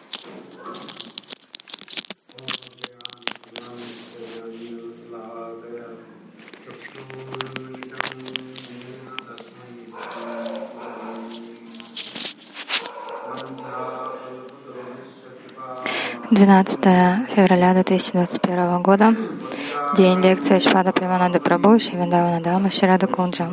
12 февраля 2021 года. День лекции Шпада Примананда Прабху, Шивиндавана Дама, Ширада Кунджа.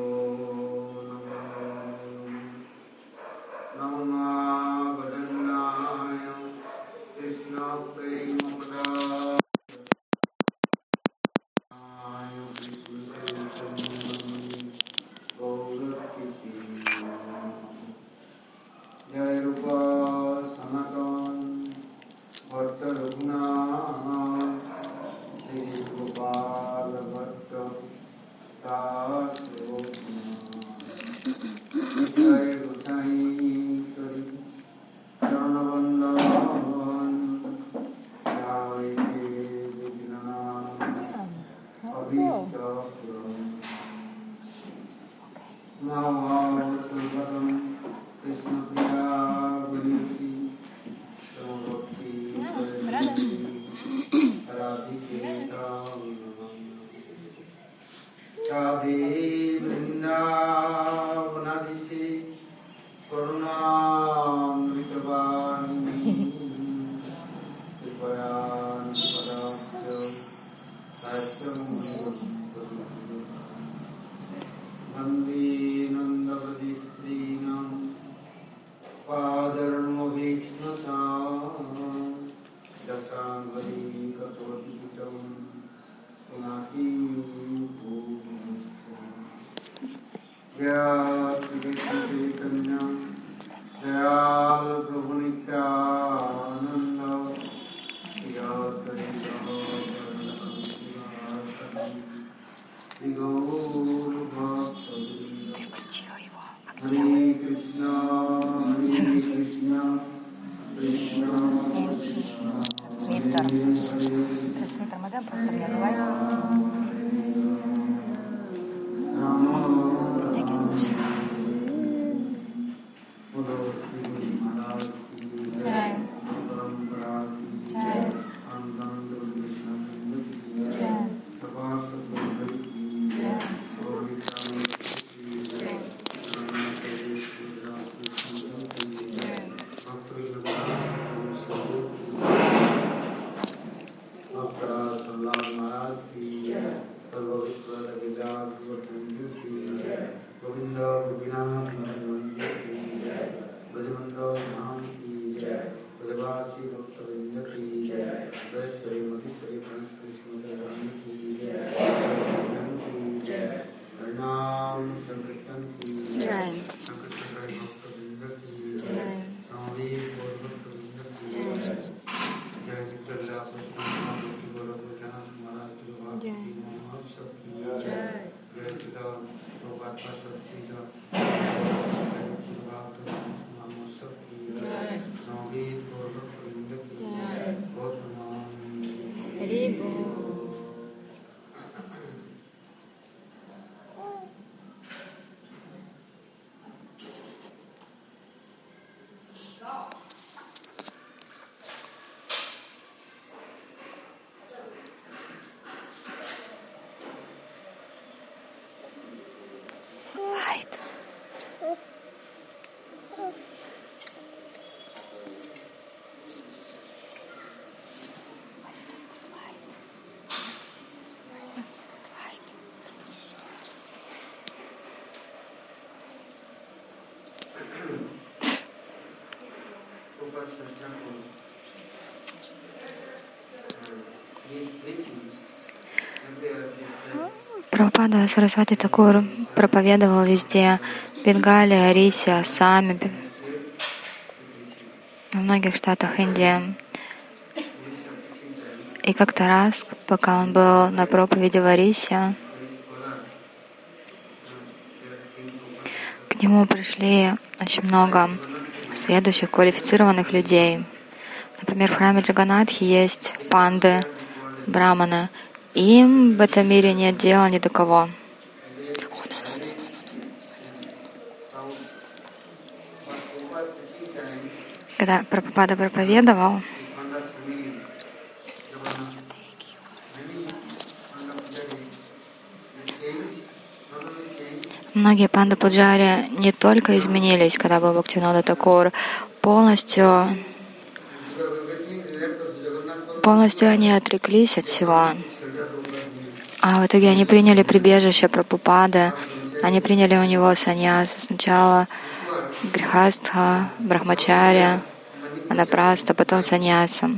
Трансмиттер модем просто мне давай. На всякий случай. Чай. Чай. Прабхупада Сарасвати Такур проповедовал везде, в Бенгале, Орисе, Ассаме, в многих штатах Индии. И как-то раз, пока он был на проповеди в Орисе, к нему пришли очень много сведущих, квалифицированных людей. Например, в храме Джаганатхи есть панды, браманы. Им в этом мире нет дела ни до кого. Когда Прабхупада проповедовал, многие панда-пуджари не только изменились, когда был Бхактивинода Такур, полностью они отреклись от всего. А в итоге они приняли прибежище Прабхупады, они приняли у него саньяс. Сначала грихастха, брахмачаря, анапраста, потом саньяса.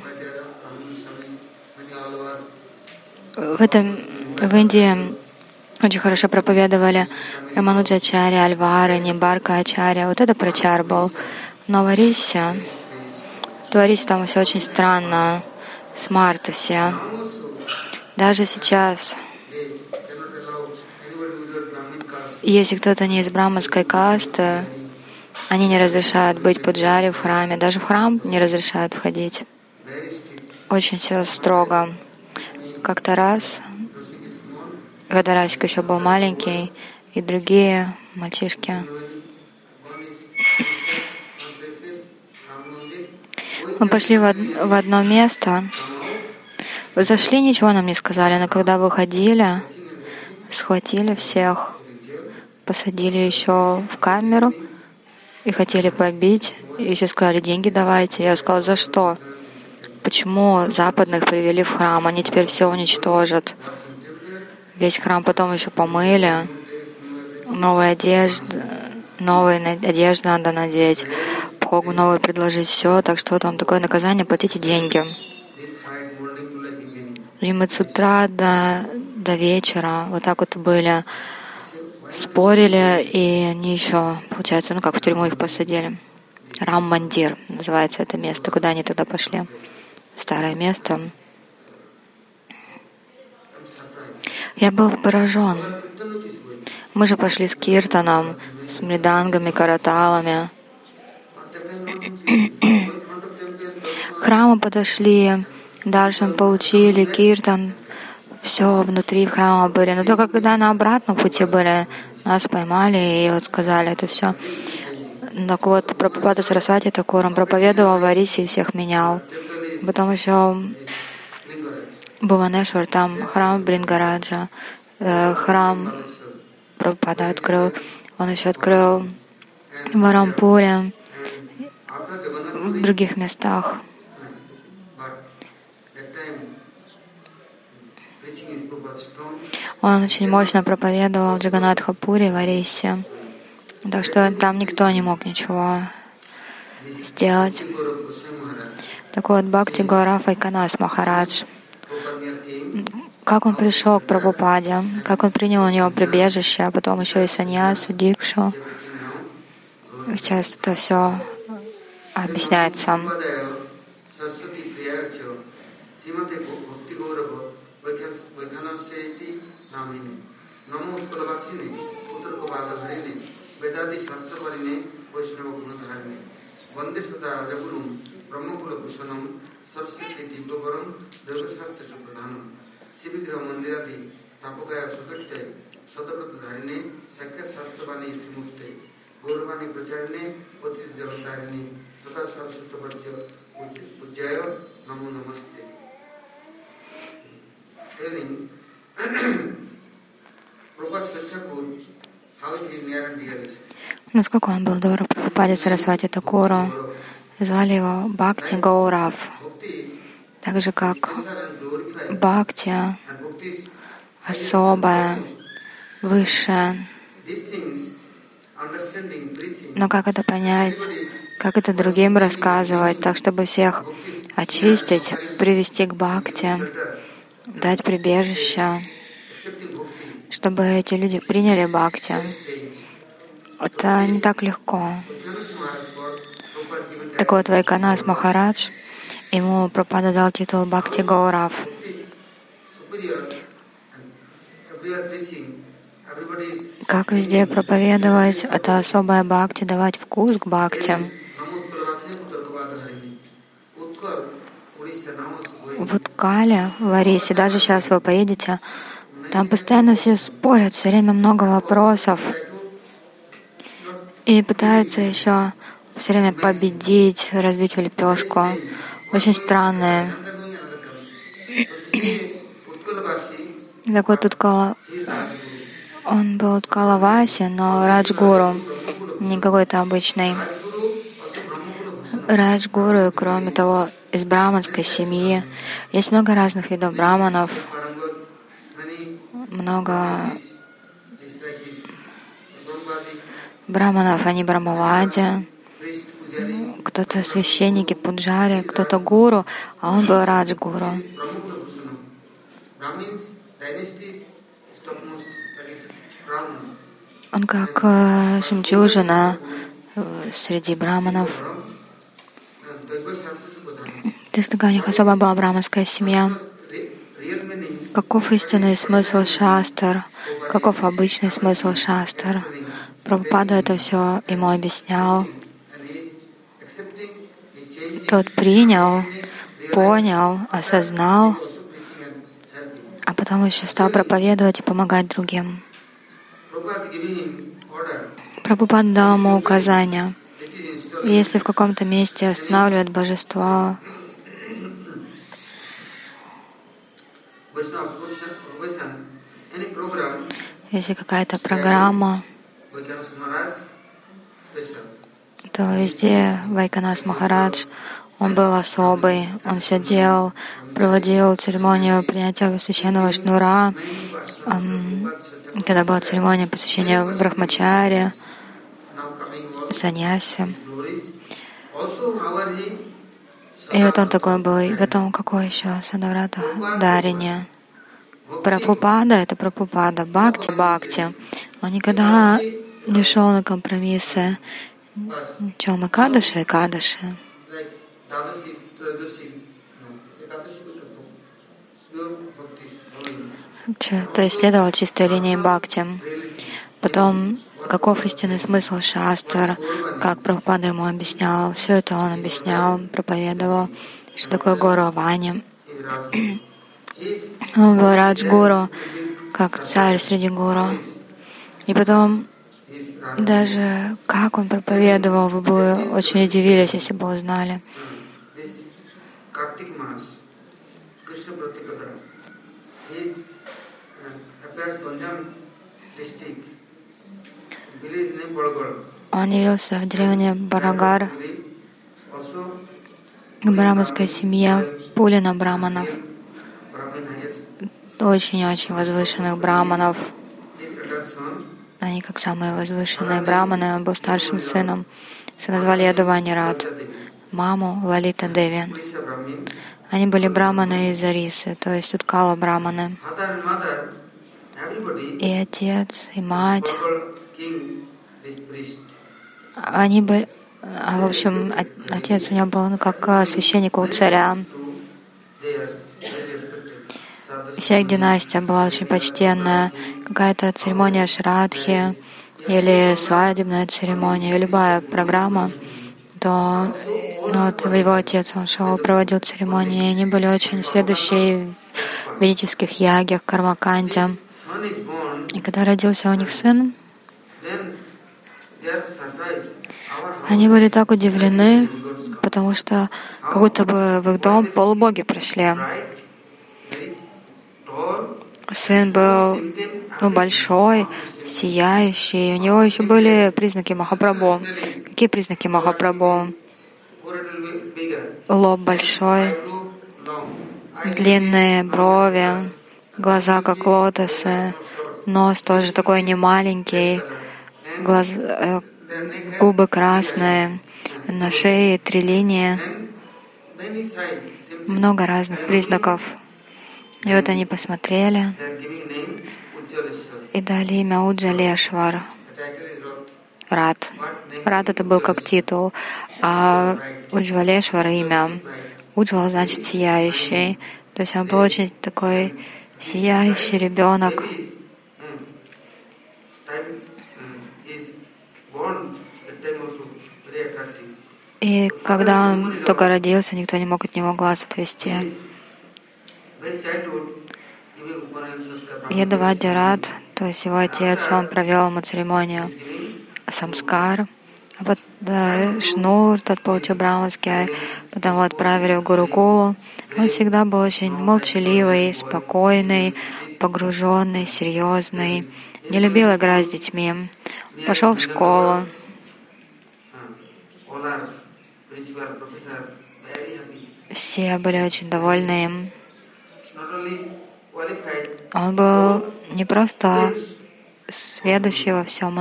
В Индии очень хорошо проповедовали Рамануджачарья, Альвары, Нимбарка Ачарья. Вот это прачар был. Но в Орисе творится там все очень странно. Смарты все. Даже сейчас, если кто-то не из браманской касты, они не разрешают быть пуджари в храме. Даже в храм не разрешают входить. Очень все строго. Как-то раз, когда Расик еще был маленький, и другие мальчишки, мы пошли в одно место, зашли, ничего нам не сказали, но когда выходили, схватили всех, посадили еще в камеру и хотели побить, и еще сказали: деньги давайте. Я сказала: за что? Почему западных привели в храм? Они теперь все уничтожат. Весь храм потом еще помыли. Новые одежды надо надеть. Богу новые предложить, все. Так что там такое наказание, платите деньги. И мы с утра до вечера вот так вот были, спорили, и они еще, получается, как в тюрьму их посадили. Рам-мандир называется это место, куда они тогда пошли. Старое место. Я был поражен. Мы же пошли с киртаном, с мридангами, караталами. К храму подошли, даршан получили, киртан, все внутри храма были. Но только когда на обратном пути были, нас поймали и вот сказали это все. Так вот, Прабхупада Сарасвати Такур, он проповедовал в Арисе и всех менял. Потом еще Бхуванешвар, там храм Брингараджа, храм Прабхупада открыл. Он еще открыл в Арампуре, в других местах. Он очень мощно проповедовал в Джаганатхапуре, в Арисе. Так что там никто не мог ничего сделать. Так вот, Бхакти Гаурав Айканас Махарадж, как он пришел к Прабхупаде, как он принял у него прибежище, а потом еще и саньясу, дикшу. Сейчас это все объясняется. Насколько он был дорог Прабхупаде Сарасвати Такуру, звали его Бхакти Гаурав. Так же, как Бхакти особая, высшая. Но как это понять, как это другим рассказывать, так чтобы всех очистить, привести к Бхакти, дать прибежище, чтобы эти люди приняли Бхакти. Это не так легко. Так вот, Вайканас Махарадж, ему Прабхупада дал титул Бхакти Гаурав. Как везде проповедовать, это особая бхакти, давать вкус к бхакти. В Уткале, в Арисе, даже сейчас вы поедете, там постоянно все спорят, все время много вопросов. И пытаются еще все время победить, разбить в лепешку. Очень странное. Так вот, он был Уткалаваси, но Раджгуру, не какой-то обычный Раджгуру. Кроме того, из браманской семьи есть много разных видов браманов, много браманов, они брамавади, кто-то священники, пуджари, кто-то гуру, а он был Раджгуру. Он как жемчужина среди браманов. У них особо была браманская семья. Каков истинный смысл шастр? Каков обычный смысл шастр? Прабхупада это все ему объяснял. Тот принял, понял, осознал, а потом еще стал проповедовать и помогать другим. Прабхупада дал ему указания. Если в каком-то месте останавливают божество, если какая-то программа, то везде Вайканас Махарадж, он был особый, он сидел, проводил церемонию принятия священного шнура, когда была церемония посвящения Брахмачаре, саньяси. И вот он такой был. И потом какой еще? Садаврата Дарине. Прабхупада — это Прабхупада. Бхакти — Бхакти. Он никогда не шел на компромиссы. Чем Экадаши — Экадаши. То есть следовал чистой линии Бхакти. Потом, каков истинный смысл шастр, как Прабхупада ему объяснял, все это он объяснял, проповедовал, что такое Гуру Вани. Он был Раджгуру, как царь среди гуру. И потом, даже как он проповедовал, вы бы очень удивились, если бы узнали. Он явился в деревне Барагар, браманская семья Пулина браманов, очень-очень возвышенных браманов. Они как самые возвышенные браманы. Он был старшим сыном. Сына звали Ядувани Рад, маму Лалита Деви. Они были браманы из Арисы, то есть Уткала браманы. И отец, и мать. Они были, в общем, отец у него был как священник у царя. Вся их династия была очень почтенная. Какая-то церемония шрадхи или свадебная церемония, любая программа, то вот его отец, он шел, проводил церемонии, и они были очень следующие в ведических ягьях, кармаканде. И когда родился у них сын, они были так удивлены, потому что как будто бы в их дом полубоги пришли. Сын был большой, сияющий, у него еще были признаки Махапрабху. Какие признаки Махапрабху? Лоб большой, длинные брови, глаза как лотосы, нос тоже такой немаленький, губы красные, на шее 3 линии, много разных признаков. И вот они посмотрели и дали имя Уджалешвар. Рад. Рад это был как титул, а Уджвалешвар имя. Уджвал значит сияющий. То есть он был очень такой сияющий ребенок. И когда он только родился, никто не мог от него глаз отвести. Ядавади Рад, то есть его отец, он провел ему церемонию самскар, Вот Шнур, тот получил браманский, потом его отправили в Гурукулу. Он всегда был очень молчаливый, спокойный, погруженный, серьезный, не любил играть с детьми. Пошел в школу. Все были очень довольны им. Он был не просто сведущий во всем,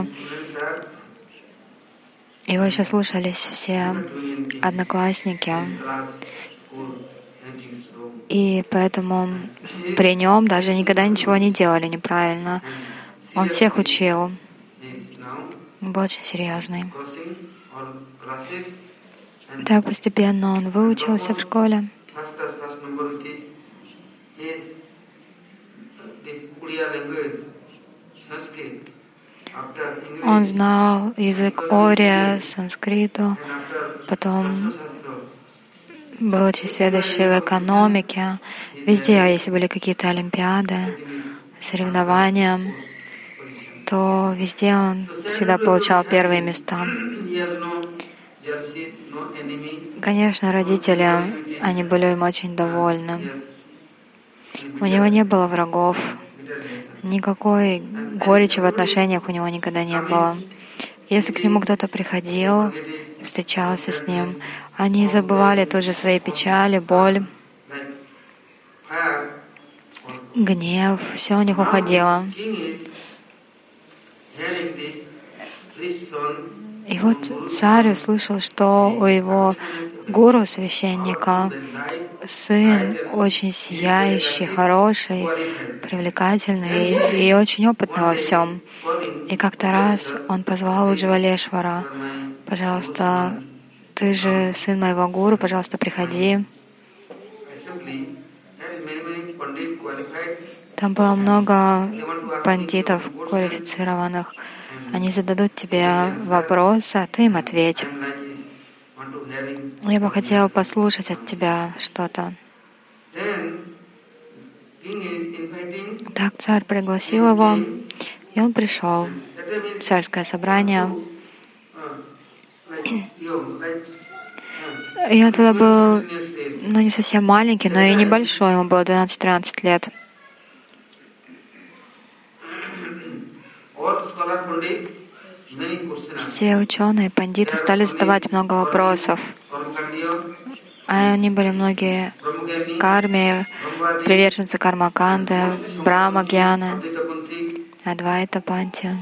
его еще слушались все одноклассники. И поэтому при нем даже никогда ничего не делали неправильно. Он всех учил. Он был очень серьезный. Так постепенно он выучился в школе. Он знал язык Ория, санскриту, потом был очень сведущий в экономике. Везде, если были какие-то олимпиады, соревнования, то везде он всегда получал первые места. Конечно, родители, они были им очень довольны. У него не было врагов, никакой горечи в отношениях у него никогда не было. Если к нему кто-то приходил, встречался с ним, они забывали тут же свои печали, боль, гнев, все у них уходило. И вот царь услышал, что у его гуру, священника, сын очень сияющий, хороший, привлекательный и очень опытный во всем. И как-то раз он позвал Уджвалешвара: «Пожалуйста, ты же сын моего гуру, пожалуйста, приходи». Там было много пандитов квалифицированных. Они зададут тебе вопросы, а ты им ответь. Я бы хотела послушать от тебя что-то. Так царь пригласил его, и он пришел в царское собрание. И он тогда был, не совсем маленький, но и небольшой, ему было 12-13 лет. Все ученые, пандиты стали задавать много вопросов. А они были многие карми, приверженцы кармаканды, брахма-гьяны, адвайта панти.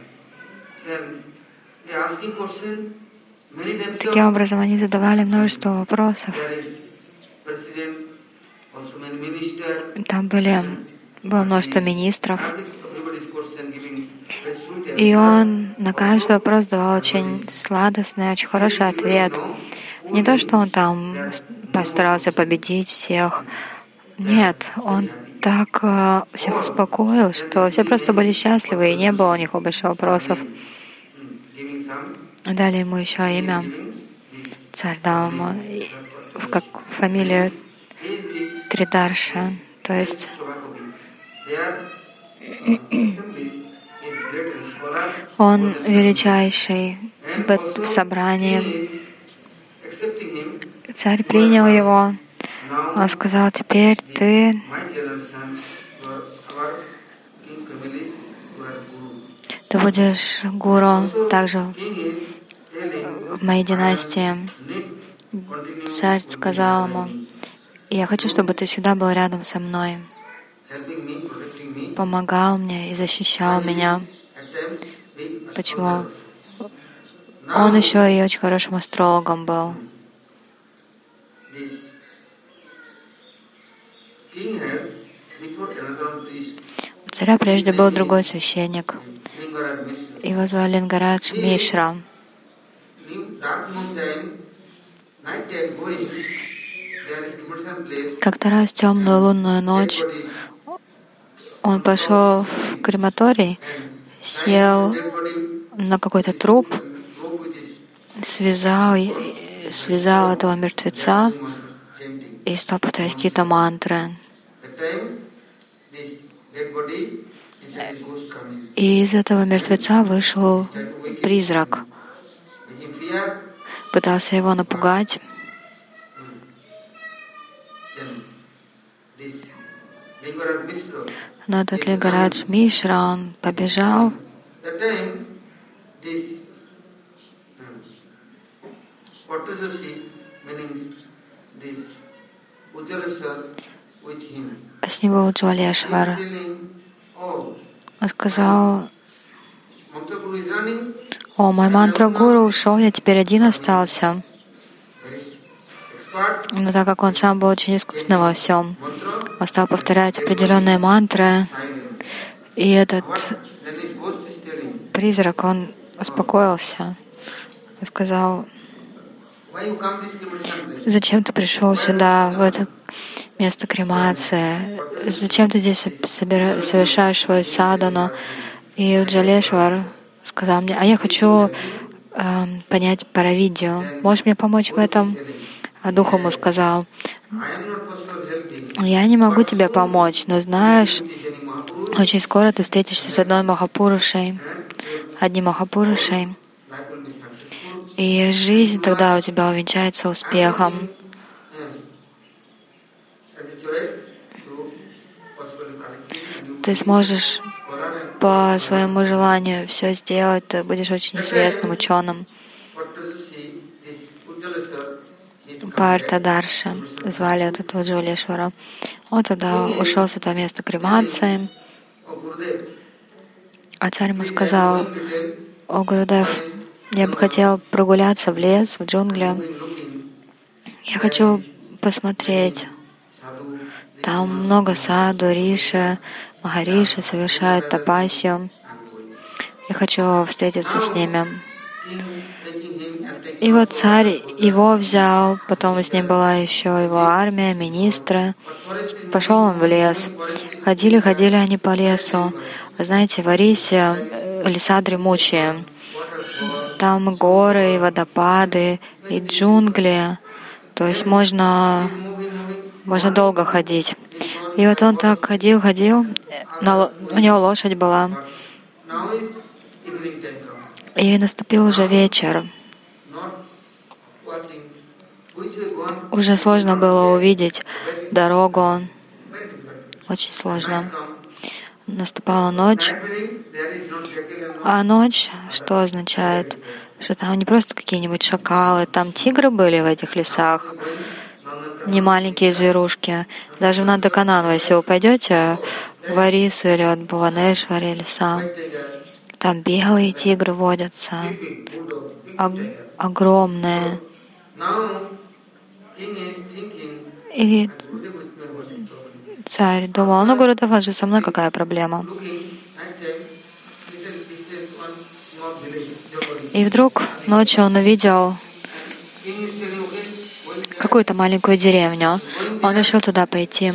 Таким образом, они задавали множество вопросов. Там было множество министров. И он на каждый вопрос давал очень сладостный, очень хороший ответ. Не то, что он там постарался победить всех. Нет, он так всех успокоил, что все просто были счастливы, и не было у них больше вопросов. Дали ему еще имя. Царь дал ему как фамилию Тридарша, то есть он величайший в собрании. Царь принял его. Он сказал: «Теперь ты будешь гуру также в моей династии». Царь сказал ему: «Я хочу, чтобы ты всегда был рядом со мной, помогал мне и защищал меня». Почему? Он еще и очень хорошим астрологом был. У царя прежде был другой священник. Его звали Лингарадж Мишра. Как-то раз в темную лунную ночь он пошел в крематорий, сел на какой-то труп, связал этого мертвеца и стал повторять какие-то мантры. И из этого мертвеца вышел призрак. пытался его напугать. Но этот Лингарадж Мишра, он побежал. С него Уджвалешвар. Он сказал: «О, мой мантра-гуру ушел, я теперь один остался». Но так как он сам был очень искусный во всем, он стал повторять определенные мантры, и этот призрак, он успокоился и сказал: «Зачем ты пришел сюда, в это место кремации? Зачем ты здесь совершаешь свою садхану?» И Уджвалешвар сказал мне: «А я хочу понять Паравидью. Можешь мне помочь в этом?» А дух ему сказал: «Я не могу тебе помочь, но знаешь, очень скоро ты встретишься с одним Махапурушей, и жизнь тогда у тебя увенчается успехом. Ты сможешь по своему желанию все сделать, ты будешь очень известным ученым». Партадарша звали этот Уджвалешвара. Он тогда ушел с этого места кремации. А царь ему сказал: «О, Гурудев, я бы хотел прогуляться в лес, в джунгли. Я хочу посмотреть. Там много саду, риши, махариши совершают тапасию. Я хочу встретиться с ними». И вот царь его взял, потом с ним была еще его армия, министры. Пошел он в лес. Ходили они по лесу. Вы знаете, в Орисе леса дремучие. Там горы, и водопады, и джунгли. То есть можно долго ходить. И вот он так ходил, у него лошадь была. И наступил уже вечер. Уже сложно было увидеть дорогу. Очень сложно. Наступала ночь. А ночь что означает? Что там не просто какие-нибудь шакалы, там тигры были в этих лесах, не маленькие зверушки. Даже в Нандакананву, если вы пойдете в Орису или от Бхуванешвари леса, там белые тигры водятся, огромные. И царь думал: «Ну, Гурудев же со мной, какая проблема?» И вдруг ночью он увидел какую-то маленькую деревню. Он решил туда пойти.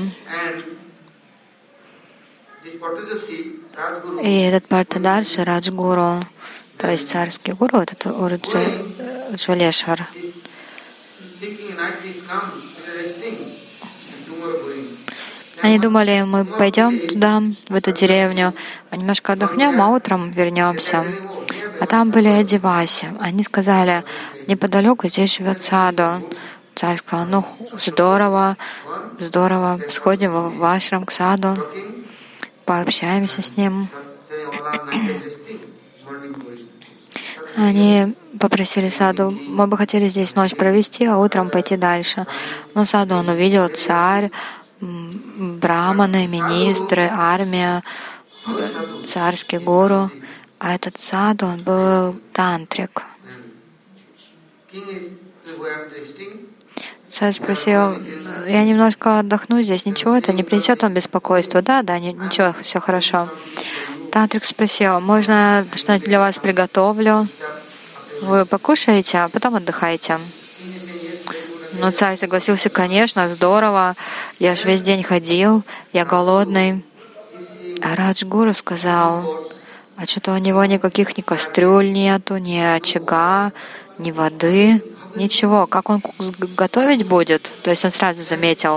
И этот Партадарша, Раджгуру, то есть царский гуру, этот Уджвалешвар, они думали: мы пойдем туда, в эту деревню, немножко отдохнем, а утром вернемся. А там были адиваси. Они сказали: неподалеку здесь живет саду. Царь сказал: «Ну, здорово, сходим в ашрам к саду, пообщаемся с ним». Они попросили саду: «Мы бы хотели здесь ночь провести, а утром пойти дальше». Но саду он увидел: царь, браманы, министры, армия, царский гуру. А этот саду, он был тантрик. Царь спросил: «Я немножко отдохну здесь, ничего, это не принесет вам беспокойства?» «Да, ничего, все хорошо». Тантрик спросил: «Можно что-нибудь для вас приготовлю? Вы покушаете, а потом отдыхаете?» Но царь согласился: «Конечно, здорово, я же весь день ходил, я голодный». А Раджгуру сказал: «А что-то у него никаких ни кастрюль нету, ни очага, ни воды, ничего. Как он готовить будет?» То есть он сразу заметил.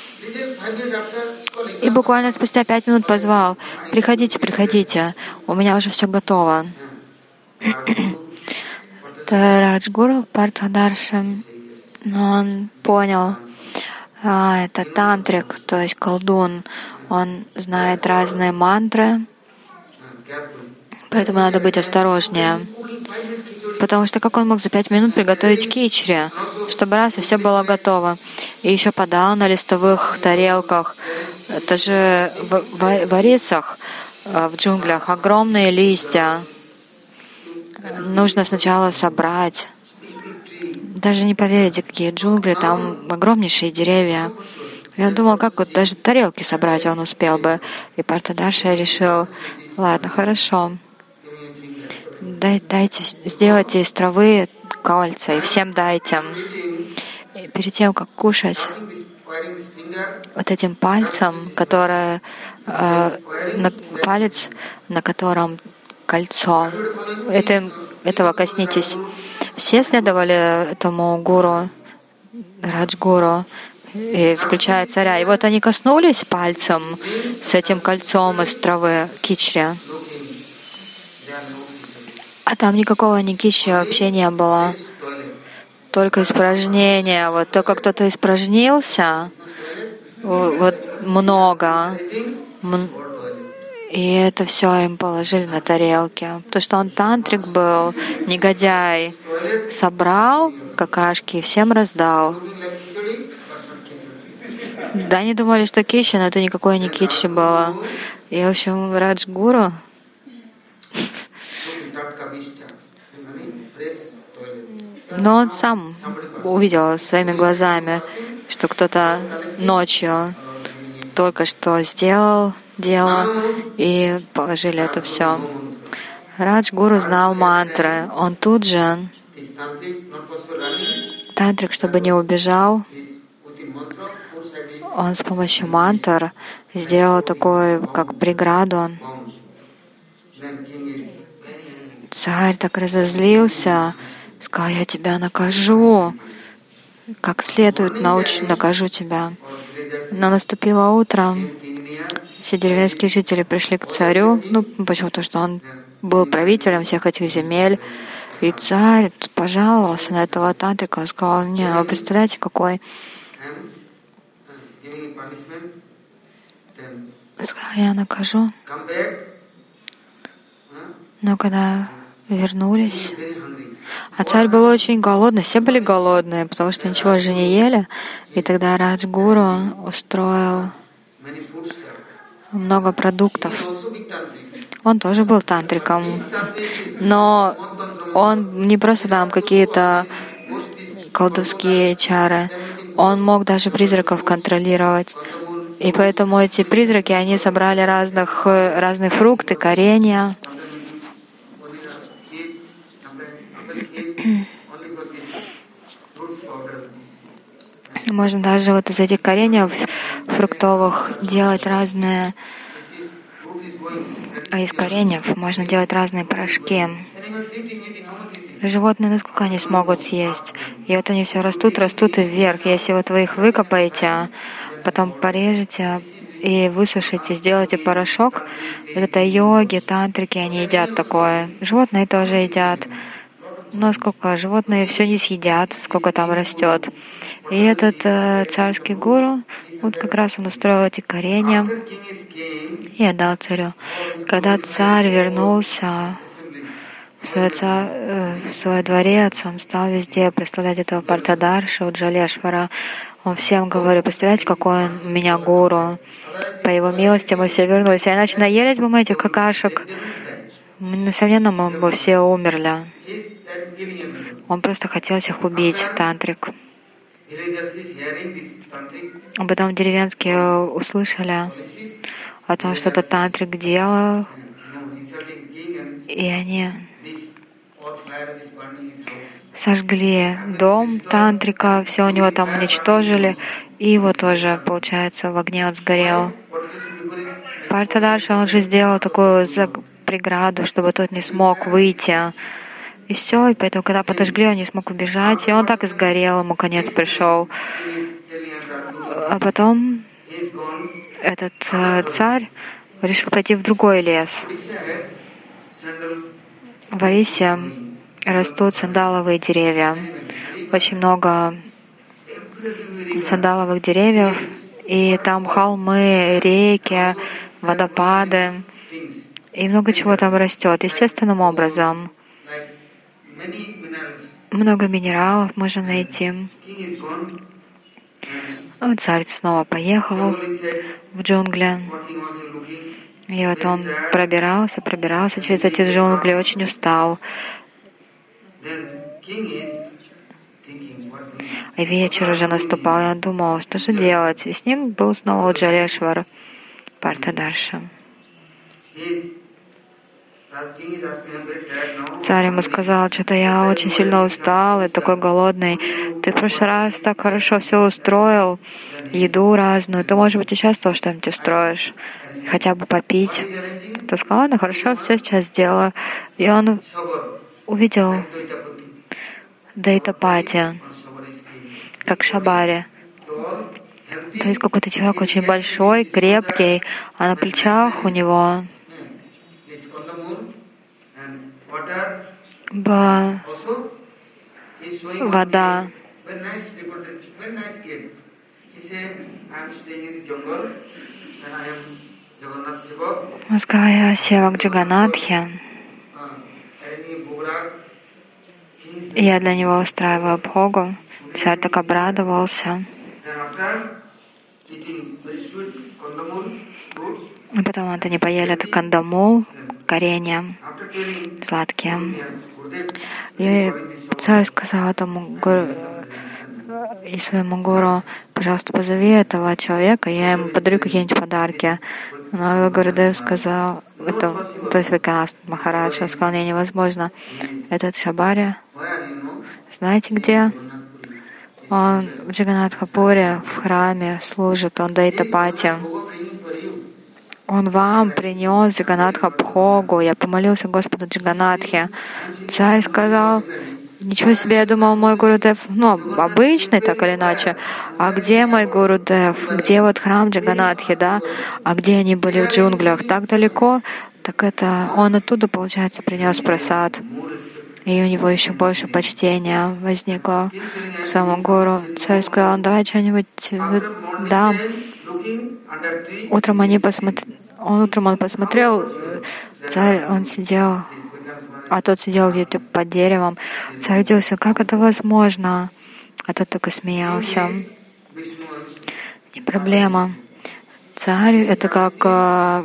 И буквально спустя 5 минут позвал: «Приходите, у меня уже все готово». Раджгуру Партадарша, он понял, это тантрик, то есть колдун, он знает разные мантры, поэтому надо быть осторожнее. Потому что как он мог за 5 минут приготовить кичри, чтобы раз и все было готово. И еще подал на листовых тарелках. Это же в арисах, в джунглях, огромные листья. Нужно сначала собрать. Даже не поверите, какие джунгли, там огромнейшие деревья. Я думал, как вот даже тарелки собрать он успел бы. И Партадарша решил, ладно, хорошо. Дайте, сделайте из травы кольца и всем дайте. И перед тем, как кушать, вот этим пальцем, палец, на котором кольцо, этого коснитесь. Все следовали этому гуру, Раджгуру, и включая царя. И вот они коснулись пальцем с этим кольцом из травы кичри. А там никакого ни кичри вообще не было. Только испражнения. Вот только кто-то испражнился, вот много. И это все им положили на тарелки. Потому что он тантрик был, негодяй. Собрал какашки и всем раздал. Да, они думали, что кичри, но это никакой не кичри было. И, в общем, Раджгуру но он сам увидел своими глазами, что кто-то ночью только что сделал дело и положили это все. Раджгуру знал мантры. Он тут же, тантрик, чтобы не убежал, он с помощью мантр сделал такую, как преграду. Царь так разозлился, сказал, я тебя накажу, как следует накажу тебя. Но наступило утро, все деревенские жители пришли к царю, почему-то, что он был правителем всех этих земель, и царь пожаловался на этого тантрика, он сказал, не, вы представляете, какой? Сказал, я накажу. Но когда вернулись, а царь был очень голодный, все были голодные, потому что ничего же не ели. И тогда Раджгуру устроил много продуктов. Он тоже был тантриком, но он не просто там какие-то колдовские чары, он мог даже призраков контролировать. И поэтому эти призраки, они собрали разные фрукты, коренья. Можно даже вот из этих кореньев фруктовых делать разные, из кореньев можно делать разные порошки. Животные, насколько они смогут съесть. И вот они все растут и вверх. Если вот вы их выкопаете, потом порежете и высушите, сделаете порошок, это йоги, тантрики, они едят такое. Животные тоже едят. Но сколько животные все не съедят, сколько там растет. И этот царский гуру, вот как раз он устроил эти коренья и отдал царю. Когда царь вернулся в свой дворец, он стал везде представлять этого Партадаршу, Джалешвара. Он всем говорил, представляете, какой он у меня гуру. По его милости мы все вернулись. А иначе наелись бы мы этих какашек, несомненно, мы бы все умерли. Он просто хотел всех убить, тантрик. А потом деревенские услышали о том, что это тантрик делал, и они сожгли дом тантрика, все у него там уничтожили, и его тоже, получается, в огне он сгорел. Партадарша, он же сделал такую преграду, чтобы тот не смог выйти. И все, и поэтому, когда подожгли, он не смог убежать, и он так и сгорел, ему конец пришел. А потом этот царь решил пойти в другой лес. В Арисе растут сандаловые деревья. Очень много сандаловых деревьев, и там холмы, реки, водопады, и много чего там растет естественным образом. Много минералов можно найти. Вот царь снова поехал в джунгли. И вот он пробирался через эти джунгли, очень устал. И вечер уже наступал, и он думал, что же делать. И с ним был снова Джалешвар Партадарша. Царь ему сказал, что-то я очень сильно устал и такой голодный. Ты в прошлый раз так хорошо все устроил, еду разную. Ты, может быть, и сейчас тоже что-нибудь устроишь, хотя бы попить. Ты сказал, ладно, хорошо, все сейчас сделаю. И он увидел Дайтапати, как Шабари. То есть какой-то человек очень большой, крепкий, а на плечах у него вода. Он сказал, я севак Джаганатхи. Я для него устраиваю бхогу. Царь так обрадовался. И потом вот они поели это кандамул, коренья сладкие. И царь сказал этому гуру, и своему гуру, пожалуйста, позови этого человека, я ему подарю какие-нибудь подарки. Но Гурудев сказал, то есть Виканас Махарадж сказал, не, невозможно. Этот Шабари, знаете где? Он в Джаганатхапуре, в храме служит, он Дайтапати. Он вам принес Джаганатха Бхогу. Я помолился Господу Джаганатхе. Царь сказал, ничего себе, я думал, мой Гурудев, обычный, так или иначе. А где мой Гурудев? Где вот храм Джаганатхи, да? А где они были в джунглях? Так далеко? Так это он оттуда, получается, принес прасад. И у него еще больше почтения возникло к самому гуру. Царь сказал, давай что-нибудь дам. Утром он посмотрел, царь, он сидел, а тот сидел где-то под деревом. Царь удивился, как это возможно? А тот только смеялся. Не проблема. Царь — это как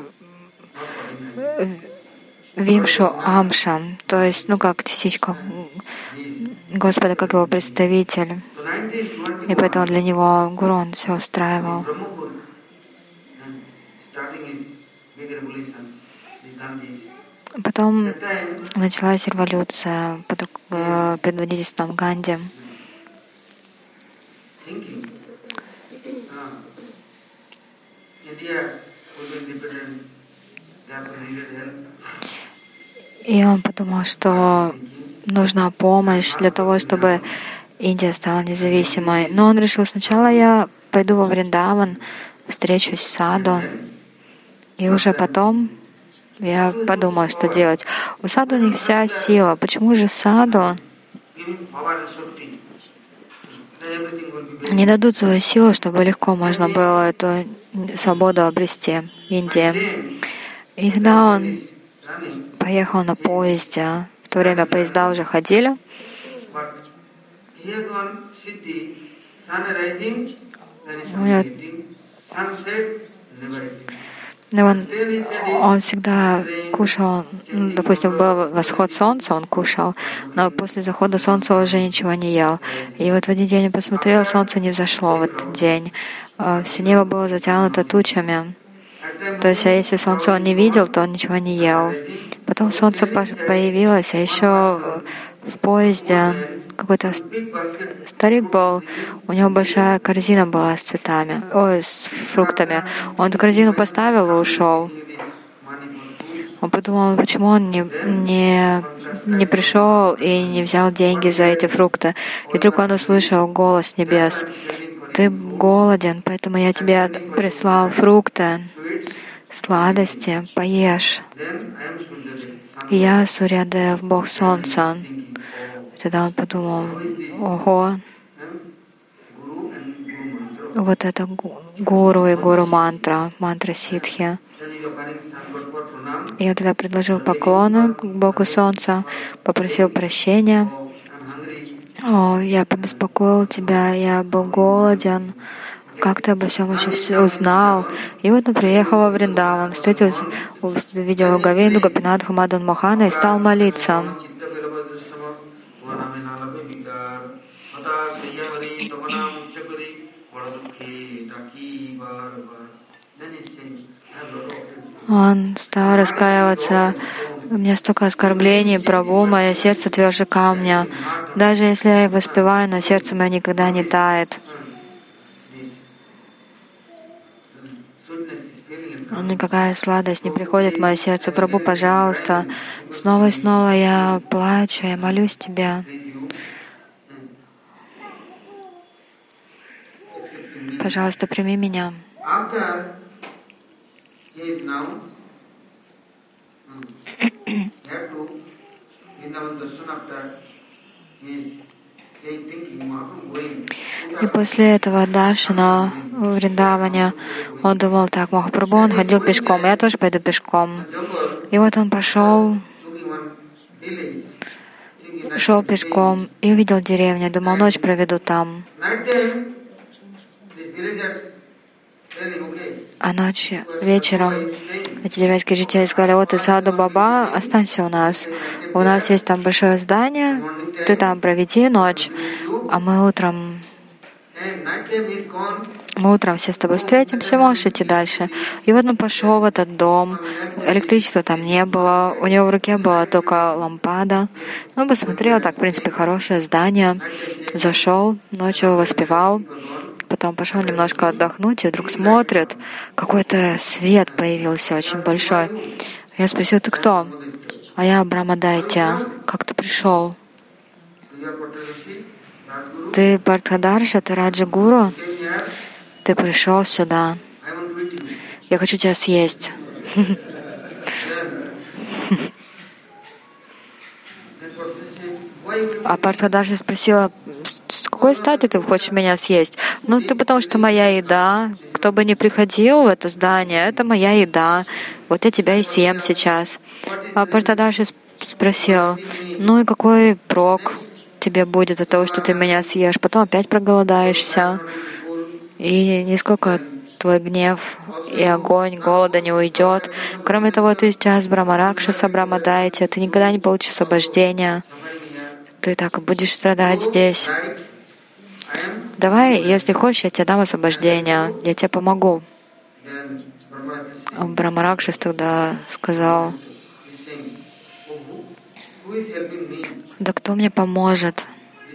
Вимшу Амша, то есть, как частичка Господа, как его представитель. И поэтому для него гуру он все устраивал. Потом началась революция под предводительством Ганди. И он подумал, что нужна помощь для того, чтобы Индия стала независимой. Но он решил, сначала я пойду во Вриндаван, встречусь с саду, и уже потом я подумаю, что делать. У саду у них вся сила. Почему же саду не дадут свою силу, чтобы легко можно было эту свободу обрести в Индии? И тогда он поехал на поезде. В то время поезда уже ходили. Он всегда кушал, допустим, был восход солнца, он кушал, но после захода солнца уже ничего не ел. И вот в один день он посмотрел, солнце не взошло в этот день. Все небо было затянуто тучами. То есть, если солнце он не видел, то он ничего не ел. Потом солнце появилось, а еще в поезде какой-то старик был, у него большая корзина была с цветами, с фруктами. Он эту корзину поставил и ушел. Он подумал, почему он не пришел и не взял деньги за эти фрукты. И вдруг он услышал голос небес. Ты голоден, поэтому я тебе прислал фрукты. сладости, поешь. Я Сурьядев, Бог Солнца. Тогда он подумал, ого, вот это гуру и гуру-мантра, мантра ситхи. Я тогда предложил поклоны Богу Солнца, попросил прощения. О, я побеспокоил тебя, я был голоден. Как ты обо всем еще все узнал? И вот он приехал во Вриндаван, встретился, увидел Говинду, Гопинатху, Мадан Мохана и стал молиться. Он стал раскаиваться. У меня столько оскорблений, Прабху, мое сердце тверже камня. Даже если я воспеваю, но сердце мое никогда не тает. Никакая сладость не приходит в мое сердце. Прабху, пожалуйста, снова и снова я плачу, я молюсь Тебя. Пожалуйста, прими меня. И после этого Даршана в Вриндаване он думал, так, Махапрабху, он ходил пешком, я тоже пойду пешком. И вот он шел пешком и увидел деревню, думал, ночь проведу там. А ночью, вечером эти деревенские жители сказали, вот ты Саду Баба, останься у нас есть там большое здание, ты там проведи ночь, а мы утром все с тобой встретимся, можешь идти дальше. И вот он пошел в этот дом, электричества там не было, у него в руке была только лампада. Он посмотрел, так, в принципе, хорошее здание, зашел, ночью воспевал, потом пошел немножко отдохнуть, и вдруг смотрит, какой-то свет появился очень большой. Я спросил, ты кто? А я Брамадайтя. Как ты пришел? Ты Партхадарша, ты Раджа-гуру? Ты пришел сюда. Я хочу тебя съесть. А Партхадарша спросила, с какой стати ты хочешь меня съесть? Ну, ты потому что моя еда. Кто бы ни приходил в это здание, это моя еда. Вот я тебя и съем сейчас. А Партхадарша спросил, ну и какой прок тебе будет от того, что ты меня съешь? Потом опять проголодаешься. И нисколько твой гнев и огонь голода не уйдет. Кроме того, ты сейчас Брамаракшаса, Брамадайте, ты никогда не получишь освобождения. Ты так и будешь страдать здесь. Давай, если хочешь, я тебе дам освобождение, я тебе помогу. Брамаракшас тогда сказал, да кто мне поможет?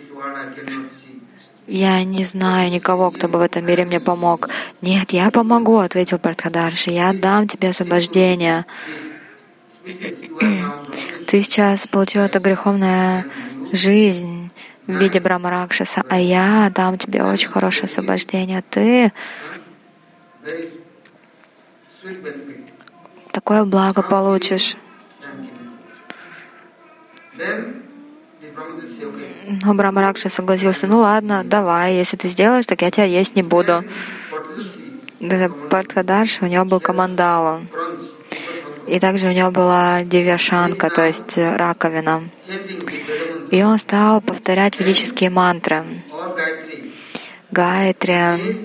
Я не знаю никого, кто бы в этом мире мне помог. Нет, я помогу, ответил Партхадарша, я отдам тебе освобождение. Ты сейчас получил эту греховную жизнь в виде Брамаракшаса, а я дам тебе очень хорошее освобождение. Ты такое благо получишь. Но Брамаракша согласился, ну ладно, давай, если ты сделаешь, так я тебя есть не буду. Партхадарша, у него был камандала. И также у него была дивьяшанка, то есть раковина. И он стал повторять ведические мантры. Гайатри.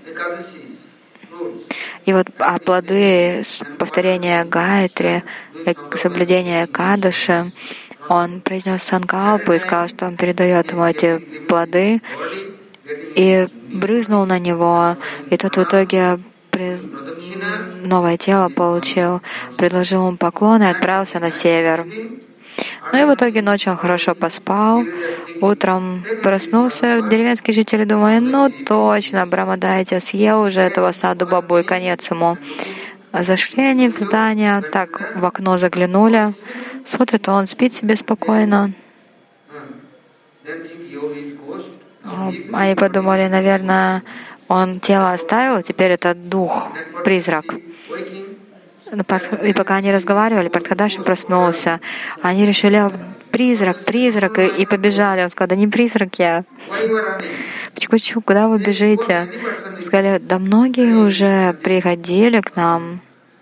И вот плоды повторения Гайатри, соблюдения Экадаши, он произнес санкалпу и сказал, что он передает ему эти плоды, и брызнул на него, и тот в итоге новое тело получил, предложил ему поклон и отправился на север. Ну и в итоге ночью он хорошо поспал, утром проснулся, деревенские жители думали, ну точно, Брамадайтя съел уже этого Саду Бабу, и конец ему. Зашли они в здание, так в окно заглянули, смотрят, он спит себе спокойно. Они подумали, наверное, он тело оставил, теперь это дух, призрак. И пока они разговаривали, Партхадарша проснулся. Они решили: призрак, призрак, и побежали. Он сказал: да не призрак я. Чуку-чуку, куда вы бежите? Сказали: да многие уже приходили к нам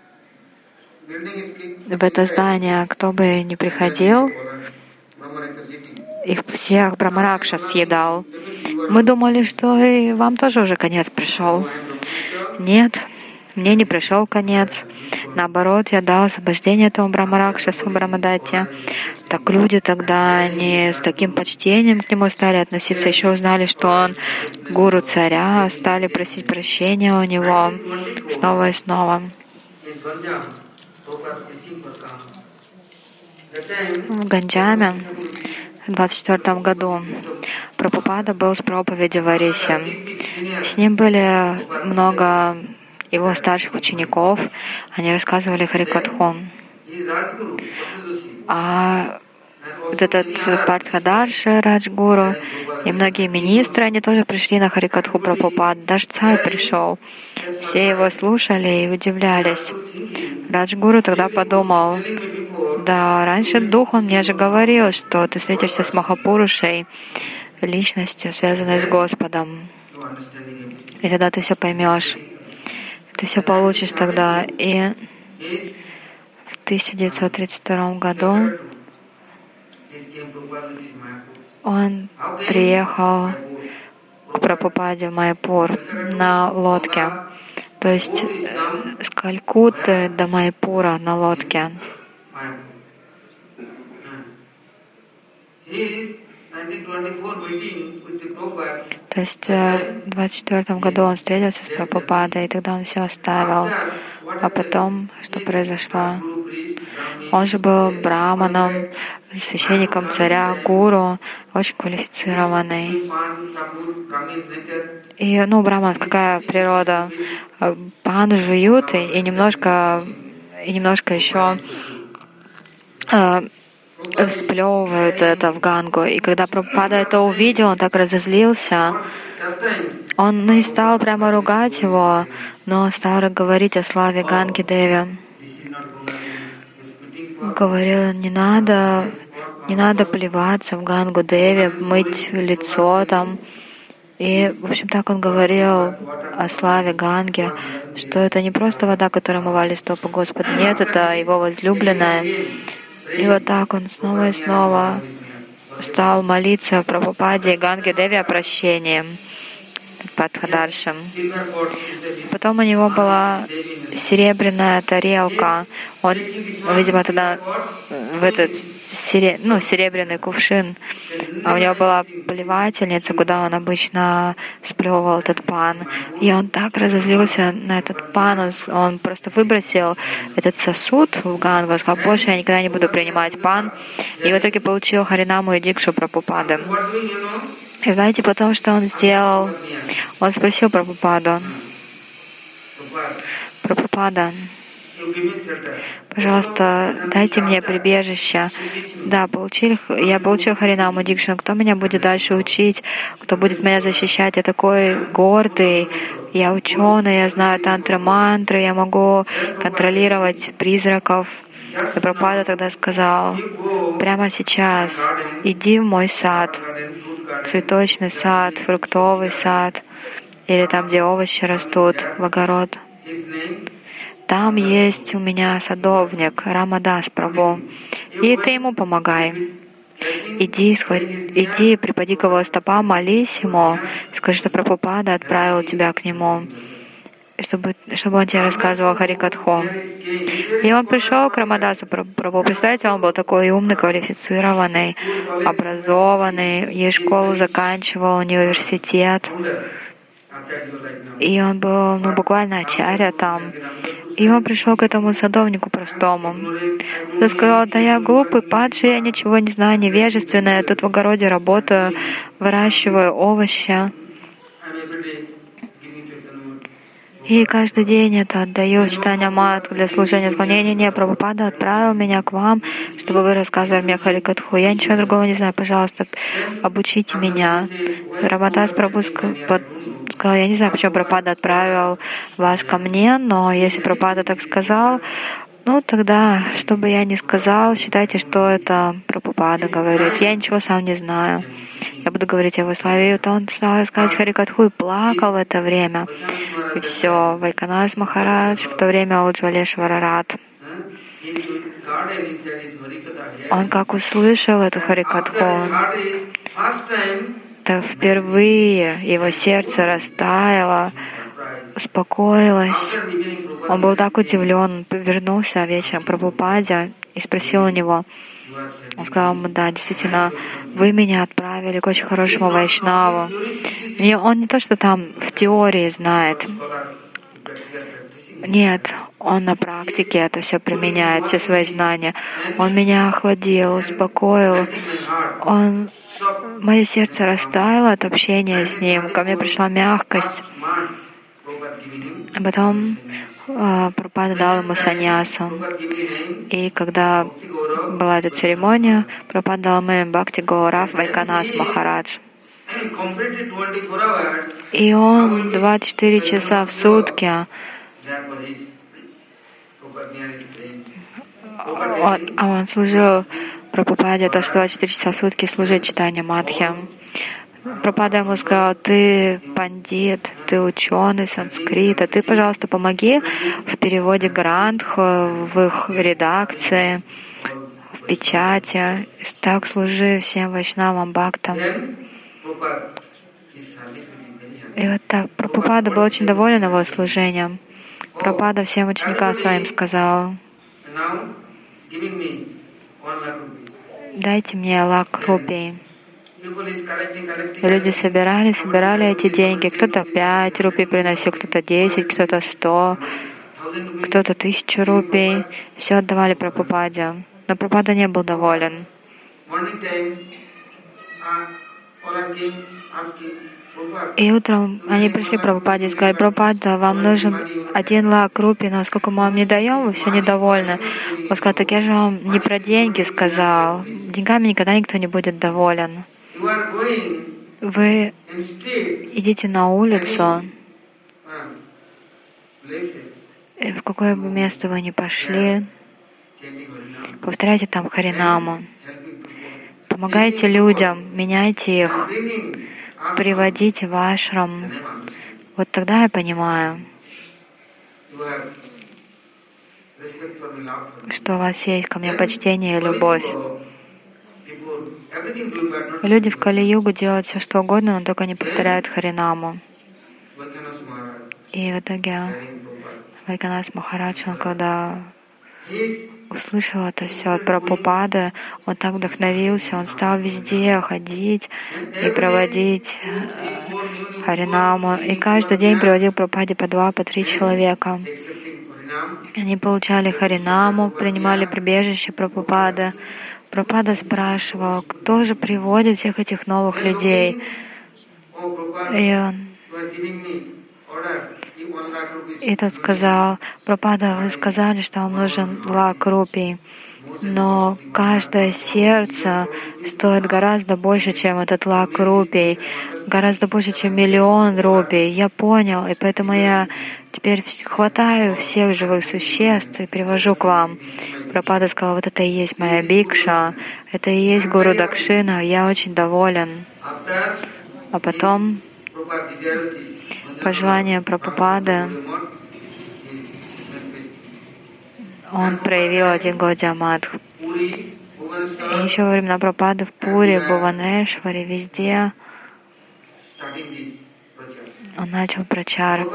в это здание, кто бы ни приходил, их всех Брахмаракша съедал. Мы думали, что и вам тоже уже конец пришел. Нет, мне не пришел конец. Наоборот, я дал освобождение этому Брахмаракшасу Брахмадатте. Так люди тогда, они с таким почтением к нему стали относиться, еще узнали, что он гуру царя, стали просить прощения у него снова и снова. В Ганджаме в 1924 году Прабхупада был с проповедью в Арисе. С ним были много его старших учеников. Они рассказывали Харикатху. А вот этот Партхадарша Раджгуру и многие министры, они тоже пришли на Харикатху Прабхупады. Даже царь пришел. Все его слушали и удивлялись. Раджгуру тогда подумал: да, раньше дух, он мне же говорил, что ты встретишься с Махапурушей, личностью, связанной с Господом. И тогда ты все поймешь. Ты все получишь тогда. И в 1932 году он приехал к Прабхупаде в Майяпур на лодке. То есть с Калькутты до Майяпура на лодке. То есть в 1924 году он встретился с Прабхупадой, и тогда он все оставил. А потом, что произошло? Он же был брахманом, священником царя, гуру, очень квалифицированный. И, брахман, какая природа? Пан жуют и немножко еще сплевывают это в Гангу. И когда Прабхупада это увидел, он так разозлился. Он не стал прямо ругать его, но стал говорить о славе Ганги Деви. Говорил: не надо плеваться в Гангу Деви, мыть лицо там. И, в общем, так он говорил о славе Ганги, что это не просто вода, которой омывали стопы Господа. Нет, это его возлюбленная. И вот так он снова и снова стал молиться Прабхупаде и Ганге Деви о прощении. Партхадарша. Потом у него была серебряная тарелка. Он, видимо, тогда в этот серебряный кувшин. А у него была плевательница, куда он обычно сплевывал этот пан. И он так разозлился на этот пан, он просто выбросил этот сосуд в Гангу, он сказал: больше я никогда не буду принимать пан. И в итоге получил Харинаму и Дикшу Прабхупады. И знаете потом, что он сделал? Он спросил Прабхупаду: Прабхупада, пожалуйста, дайте мне прибежище. Да, я получил Харинаму Дикшину. Кто меня будет дальше учить? Кто будет меня защищать? Я такой гордый, я ученый, я знаю тантры-мантры, я могу контролировать призраков. И Прабхупада тогда сказал: прямо сейчас иди в мой сад, цветочный сад, фруктовый сад, или там, где овощи растут, в огород. Там есть у меня садовник Рамадас Прабху, и ты ему помогай. Иди, припади к его стопам, молись ему, скажи, что Прабхупада отправил тебя к нему, чтобы он тебе рассказывал Харикатху. И он пришел к Рамадасу Прабху. Представляете, он был такой умный, квалифицированный, образованный, и школу заканчивал, университет. И он был, буквально ачарья там. И он пришел к этому садовнику простому. Он сказал: да я глупый, падший, я ничего не знаю, невежественный, я тут в огороде работаю, выращиваю овощи. И каждый день это отдаю в читание мат для служения склонения. Не, Прабхупада отправил меня к вам, чтобы вы рассказывали мне Харикатху. Я ничего другого не знаю. Пожалуйста, обучите меня. Рамадас Прабху сказал, я не знаю, почему Прабхупада отправил вас ко мне, но если Прабхупада так сказал, ну тогда, что бы я ни сказал, считайте, что это Прабхупада говорит. Я ничего сам не знаю. Я буду говорить о его славе. И вот он стал рассказывать Харикатху и плакал в это время. И все. Вайканас Махарадж, в то время Уджвалешвара Рат. Он как услышал эту Харикатху, то впервые его сердце растаяло, успокоилось. Он был так удивлен, повернулся вечером к Прабхупаде и спросил у него. Он сказал ему, да, действительно, вы меня отправили к очень хорошему вайшнаву. И он не то, что там в теории знает. Нет, он на практике это все применяет, все свои знания. Он меня охладил, успокоил. Мое сердце растаяло от общения с ним. Ко мне пришла мягкость. А потом Прабхупада дал ему саньясу. И когда была эта церемония, Прабхупада дал ему Бхакти Гаурав Вайканас Махарадж. И он 24 часа в сутки он служил Прабхупаде, то, что 24 часа в сутки служит читание Мадхи. Прабхупада ему сказал, ты пандит, ты ученый санскрита, ты, пожалуйста, помоги в переводе грантх, в их редакции, в печати. Так служи всем вайшнавам, бхактам. И вот так Прабхупада был очень доволен его служением. Прабхупада всем ученикам своим сказал, дайте мне лак рупий. Люди собирали эти деньги. Кто-то 5 рупий приносил, кто-то 10, кто-то 100, кто-то 1000 рупий. Все отдавали Прабхупаде. Но Прабхупада не был доволен. И утром они пришли к Прабхупаде и сказали, Прабхупада, вам нужен 1 лак рупий, но сколько мы вам не даем, вы все недовольны. Он сказал, так я же вам не про деньги сказал. Деньгами никогда никто не будет доволен. Вы идите на улицу, и в какое бы место вы ни пошли, повторяйте там Харинаму. Помогайте людям, меняйте их, приводите в ашрам. Вот тогда я понимаю, что у вас есть ко мне почтение и любовь. Люди в Кали-югу делают все, что угодно, но только не повторяют Харинаму. И в итоге Вайканас Махарадж, он когда услышал это все от Прабхупады, он так вдохновился, он стал везде ходить и проводить Харинаму. И каждый день приводил к Прабхупаде по 2, по 3 человека. Они получали Харинаму, принимали прибежище Прабхупады. Прабхупада спрашивал, кто же приводит всех этих новых людей. И тот сказал, Прабхупада, вы сказали, что вам нужен лак рупий, но каждое сердце стоит гораздо больше, чем этот лак рупий, гораздо больше, чем 1 000 000 рупий. Я понял, и поэтому я теперь хватаю всех живых существ и привожу к вам. Прабхупада сказал, вот это и есть моя бикша, это и есть Гуру Дакшина, я очень доволен. А потом, по желанию Прабхупады, он проявил 1 Гаудия Мадх. И еще во времена Прабхупады в Пури, Бхуванешваре, везде он начал прачар.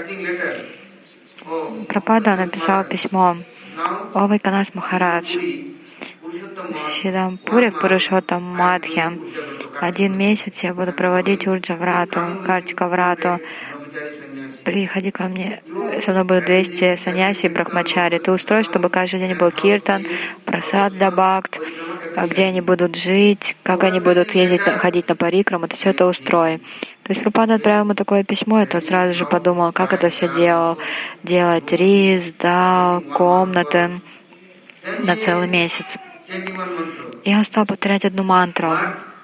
Прабхупада написал письмо: «О Вайканас Махарадж, в Сидампуре, в Пурушоттам Мадхе, 1 месяц я буду проводить Урджа-врату, Картика-врату. Приходи ко мне, со мной будут 200 саньяси и брахмачари. Ты устроишь, чтобы каждый день был киртан, прасад да бхакт, где они будут жить, как они будут ездить, ходить на парикраму, ты все это устрой. То есть Прабхупада отправил ему такое письмо, и тот сразу же подумал, как это все делать рис, дал, комнаты на целый месяц. И он стал повторять одну мантру.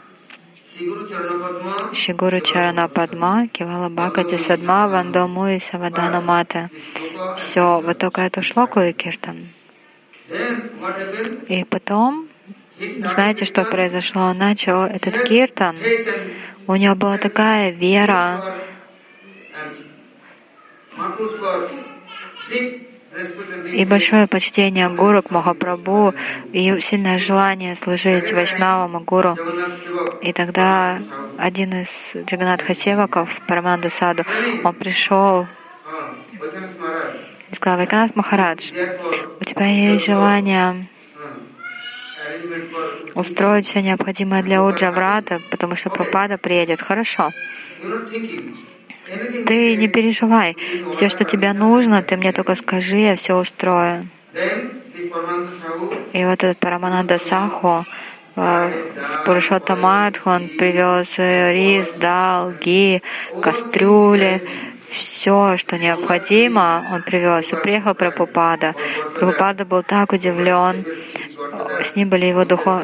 Шигуру Чарана Падма, Кивала Бхакати Садма, Вандаму и Савадана Мата. Все, вот только эту шлоку и киртан. И потом, знаете, что произошло? Он начал этот киртан, у него была такая вера, и большое почтение гуру к Махапрабху, и сильное желание служить Вайшнавам и гуру. И тогда один из Джаганатха севаков, Парамананда Саду, он пришел и сказал: Вайканат Махарадж, у тебя есть желание устроить все необходимое для Уджаврата, потому что Прабхупада приедет. Хорошо. Ты не переживай. Все, что тебе нужно, ты мне только скажи, я все устрою. И вот этот Парамананда Саху в Пурушоттамадху, он привез рис, дал, ги, кастрюли, все, что необходимо, он привез. И приехал Прабхупада. Прабхупада был так удивлен. С ним были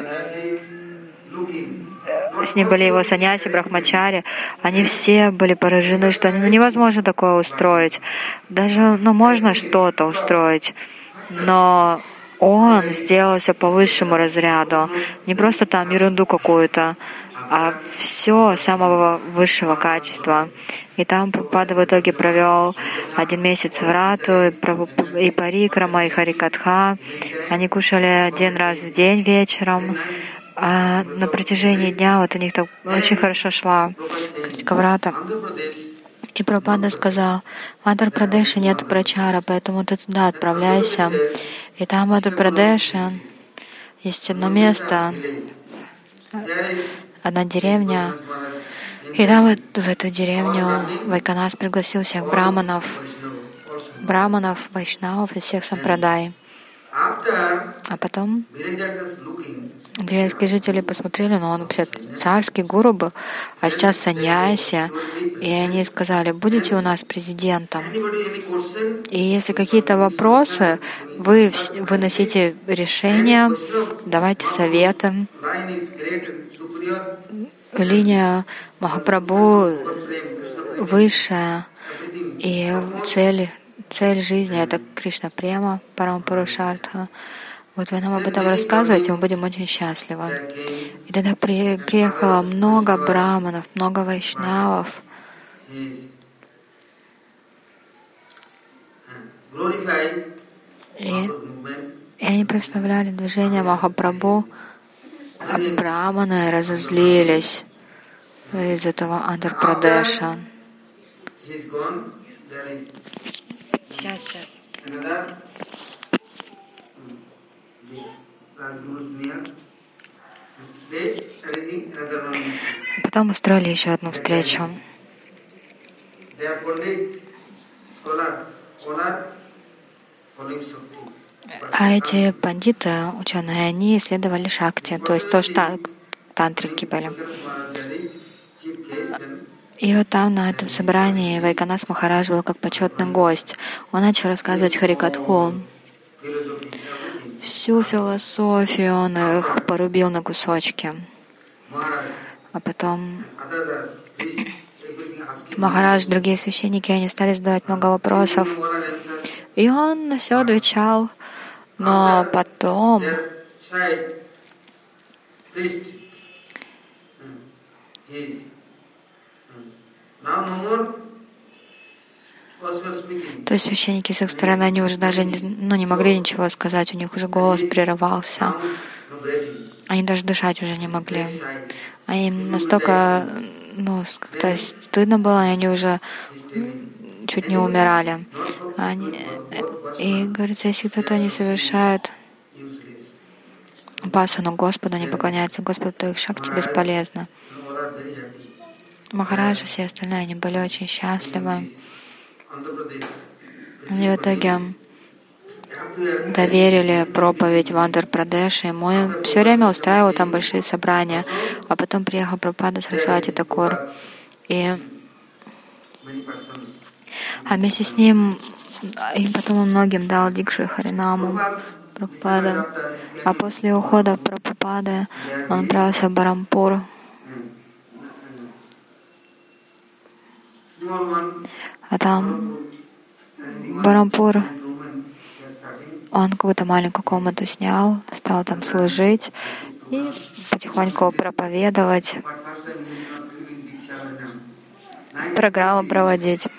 его саньяси, брахмачари. Они все были поражены, что невозможно такое устроить. Даже, можно что-то устроить, но он сделал все по высшему разряду. Не просто там ерунду какую-то, а все самого высшего качества. И там Прабхупада в итоге провел 1 месяц в Рату, и парикрама, и харикатха. Они кушали 1 раз в день вечером. А на протяжении дня вот у них так очень хорошо шла Врата. И Прабхупада сказал: в Андхра-Прадеше нет прачара, поэтому ты туда отправляйся. И там в Андхра-Прадеше есть одно место, одна деревня. И там в эту деревню Вайканас пригласил всех браманов, вайшнавов и всех сампрадай. А потом деревенские жители посмотрели, но он вообще царский гуру был, а сейчас саньяси. И они сказали: будете у нас президентом. И если какие-то вопросы, вы выносите решения, давайте советы. Линия Махапрабху высшая, и цель жизни — это Кришна Према, Парамапурушартха. Вот вы нам об этом рассказываете, мы будем очень счастливы. И тогда приехало много браманов, много вайшнавов. И они представляли движение Махапрабху, а браманы разозлились из этого Андхра-Прадеша. Сейчас. Потом устроили еще одну встречу. А эти пандиты, ученые, они исследовали шакти, то есть то, что тантрики были. И вот там, на этом собрании, Вайканас Махарадж был как почетный гость. Он начал рассказывать Харикатху. Всю философию он их порубил на кусочки. А потом Махарадж, другие священники, они стали задавать много вопросов. И он на все отвечал. Но потом то есть священники с их стороны, они уже даже не могли ничего сказать, у них уже голос прерывался. Они даже дышать уже не могли. Они настолько, как-то стыдно было, и они уже чуть не умирали. И говорится, если кто-то не совершает упасану Господу, не поклоняется Господу, то их шакти бесполезно. Махараджи, все остальные, они были очень счастливы. И в итоге доверили проповедь в Андхра-Прадеш, и мы все время устраивал там большие собрания. А потом приехал Прабхупада Сарасвати Такур, и вместе с ним, и потом он многим дал Дикшу и Харинаму Прабхупада. А после ухода Прабхупады он отправился в Барампур. А там Барампур, он какую-то маленькую комнату снял, стал там служить и потихоньку проповедовать, программу проводить.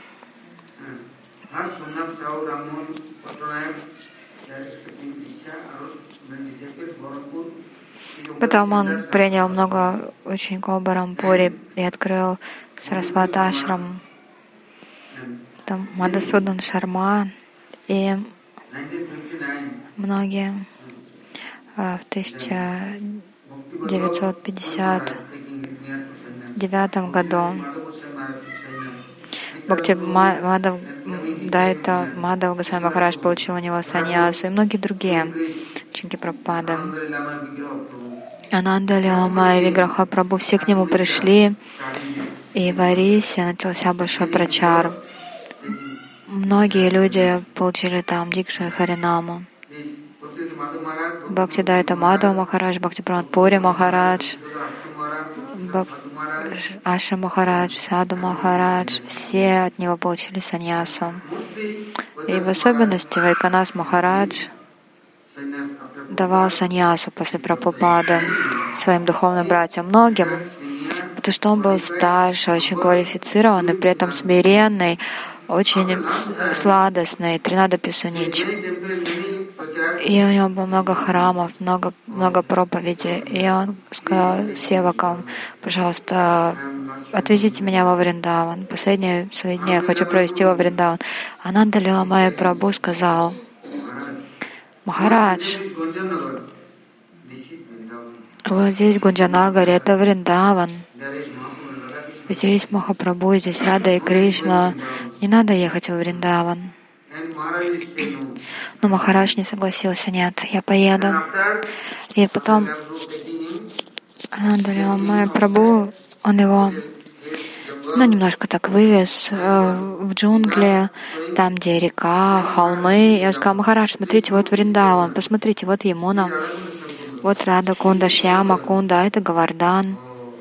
Потом он принял много учеников в Барампуре и открыл Сарасваташрам. Там Мадхусудан Шарма и многие в 1959 году Мадхав Госвами Махарадж получил у него саньясу, и многие другие ученики Прабхупады. Ананда Лила и Виграха Прабху все к нему пришли, и в Арисе начался большой прачар. Многие люди получили там Дикшу и Харинаму. Бхактидайта Мадхав Махарадж, Бхактипрамат Пури Махарадж, Аша Махарадж, Саду Махарадж, все от него получили саньясу. И в особенности Вайканас Махарадж давал саньясу после Прабхупады своим духовным братьям, многим, потому что он был старше, очень квалифицированный, при этом смиренный, очень сладостный, Тринада Писунич. И у него было много храмов, много проповедей. И он сказал севакам: пожалуйста, отвезите меня во Вриндаван. Последние свои дни я хочу провести во Вриндаван. Ананда Лила Майя Прабху сказал: Махарадж, вот здесь Гунджанагаре, это Вриндаван. Здесь Махапрабху, здесь Рада и Кришна. Не надо ехать во Вриндаван. Но Махарадж не согласился: нет, я поеду. И потом Ананда Лила Майя Прабху, он его немножко так вывез в джунгли, там, где река, холмы. Я сказал: Махарадж, смотрите, вот Вриндаван, посмотрите, вот Ямуна, вот Рада Кунда, Шьяма Кунда, а это Гавардан.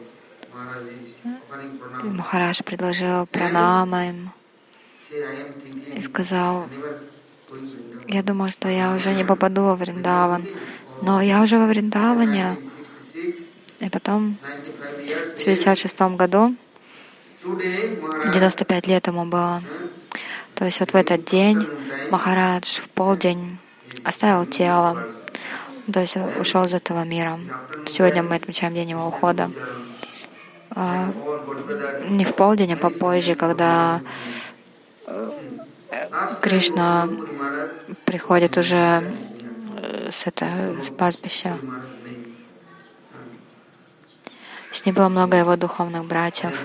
И Махарадж предложил пранамы им и сказал: я думал, что я уже не попаду во Вриндаван, но я уже во Вриндаване. И потом в 1966 году, 95 лет ему было, то есть вот в этот день Махарадж в полдень оставил тело, то есть ушел из этого мира. Сегодня мы отмечаем день его ухода. Не в полдень, а попозже, когда Кришна приходит уже с пастбища. С ним было много его духовных братьев.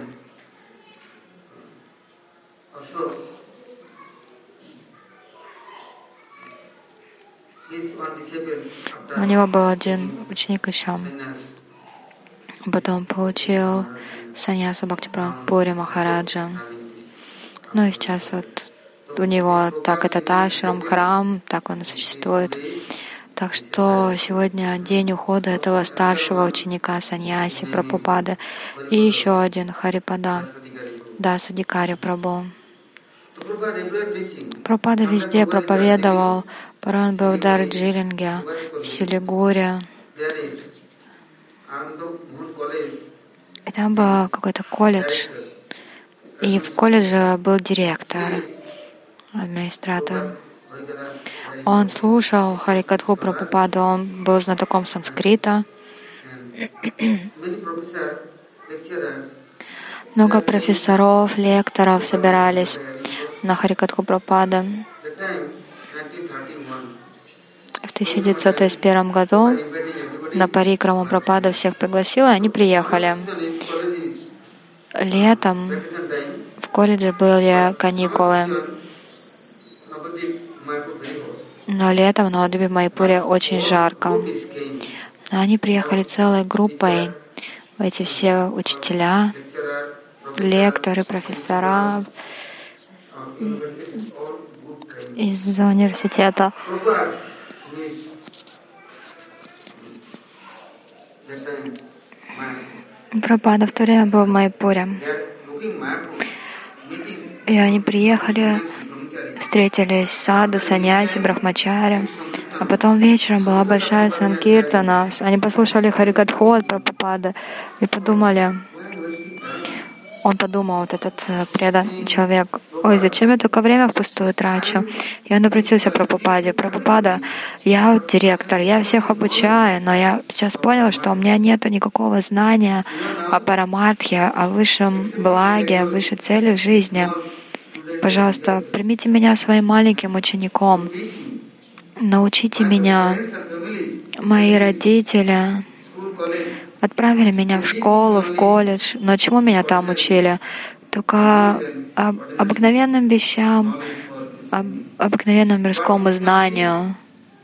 У него был один ученик еще. Потом получил саньясу Бхактипрамат Пури Махараджа. Ну и сейчас вот у него так этот ашрам, храм, так он и существует. Так что сегодня день ухода этого старшего ученика саньяси Прабхупады. И еще один Харипада Дасадикари Прабху. Прабхупада везде проповедовал. Порой он был в Дарджилинге, в Силигуре. И там был какой-то колледж. И в колледже был директор, администратор. Он слушал Харикатху Прабхупаду, он был знатоком санскрита. Много профессоров, лекторов собирались на Харикатху Прабхупады. В 1931 году на парикраму Прабхупада всех пригласила, и они приехали. Летом в колледже были каникулы. Но летом на Навадвипе в Майпуре очень жарко. Но они приехали целой группой, эти все учителя, лекторы, профессора из университета. Прабхупада в то время был в Майпуре. И они приехали, встретились с саду, саньяси, брахмачари. А потом вечером была большая санкиртана. Они послушали Харикатху от Прабхупады и подумали, он подумал, вот этот преданный человек, ой, зачем я только время впустую трачу? И он обратился к Прабхупаде. Прабхупада, я вот директор, я всех обучаю, но я сейчас понял, что у меня нет никакого знания о парамартхе, о высшем благе, о высшей цели в жизни. Пожалуйста, примите меня своим маленьким учеником. Научите меня. Мои родители отправили меня в школу, в колледж. Но чему меня там учили? Только обыкновенным вещам, обыкновенному мирскому знанию.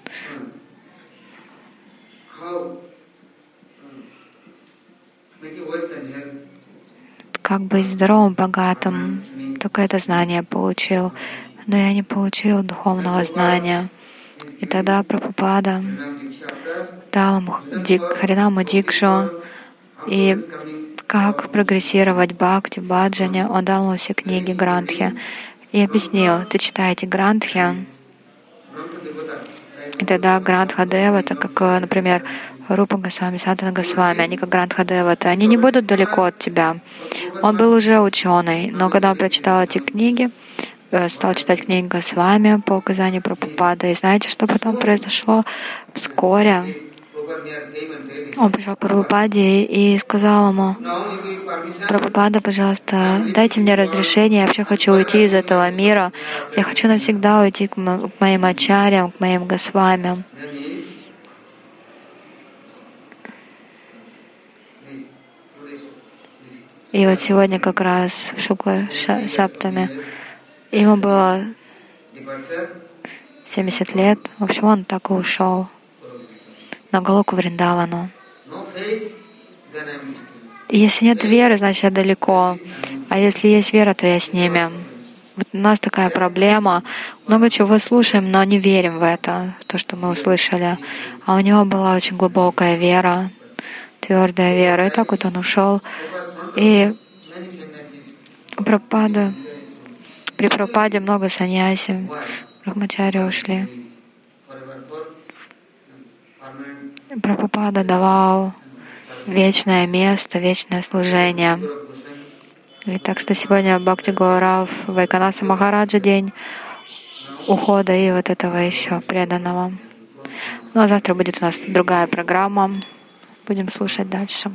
Как быть здоровым, богатым. Только это знание получил. Но я не получил духовного знания. И тогда Прабхупада дал ему Харинаму Дикшу, и как прогрессировать бхакти, баджане, он дал ему все книги Грантхи и объяснил, ты читаете Грантхи, и тогда Грантха Девата, как, например, Рупа Госвами, Сантана Госвами, они как Грантха Девата, они не будут далеко от тебя. Он был уже ученый, но когда он прочитал эти книги, стал читать книги Госвами по указанию Прабхупады, и знаете, что потом произошло? Вскоре он пришел к Прабхупаде и сказал ему, Прабхупада, пожалуйста, дайте мне разрешение, я вообще хочу уйти из этого мира, я хочу навсегда уйти к моим ачарьям, к моим Госвамям. И вот сегодня как раз в Шукла Саптами ему было 70 лет, в общем, он так и ушел на Галоку Вриндавану. И если нет веры, значит я далеко. А если есть вера, то я с ними. Вот у нас такая проблема. Много чего слушаем, но не верим в это, в то, что мы услышали. А у него была очень глубокая вера, твердая вера. И так вот он ушел. И при Прабхупаде много саньяси, брахмачари ушли. Прабхупада давал вечное место, вечное служение. И так что сегодня Бхакти Гаурав Вайканаса Махараджа день ухода и вот этого еще преданного. Ну а завтра будет у нас другая программа. Будем слушать дальше.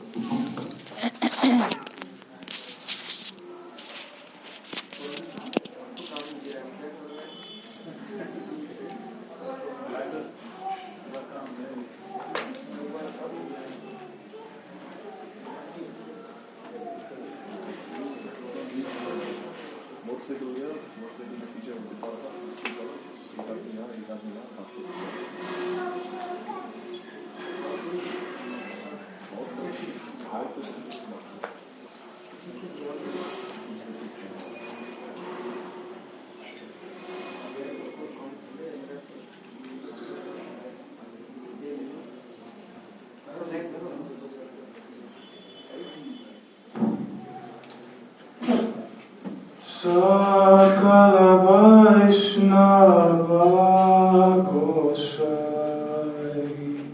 Sakala Vaishnava Gosai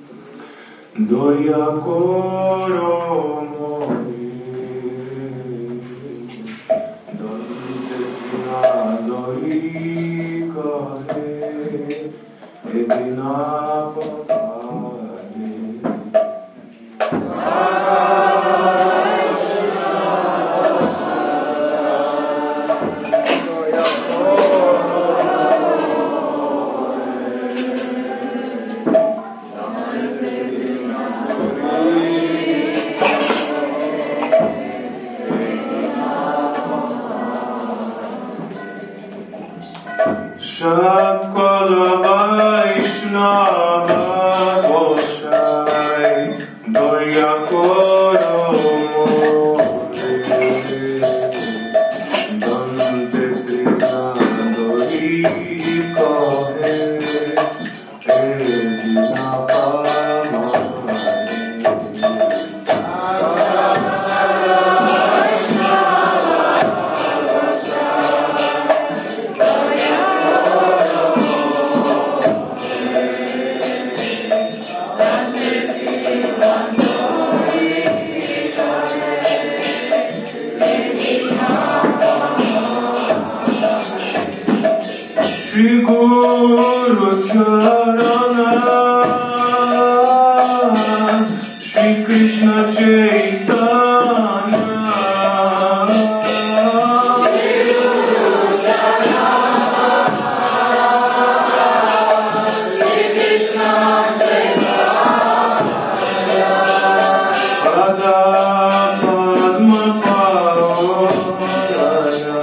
Doya Koro Mori Dante Tina Doi Kare Edina Papare Shakala Vaishnava Gosai Doya Koro More Dante Trina Dori Kohe Edina Shri Guru Charana Shri Krishna Chaitanya Pada Padma Pavanaya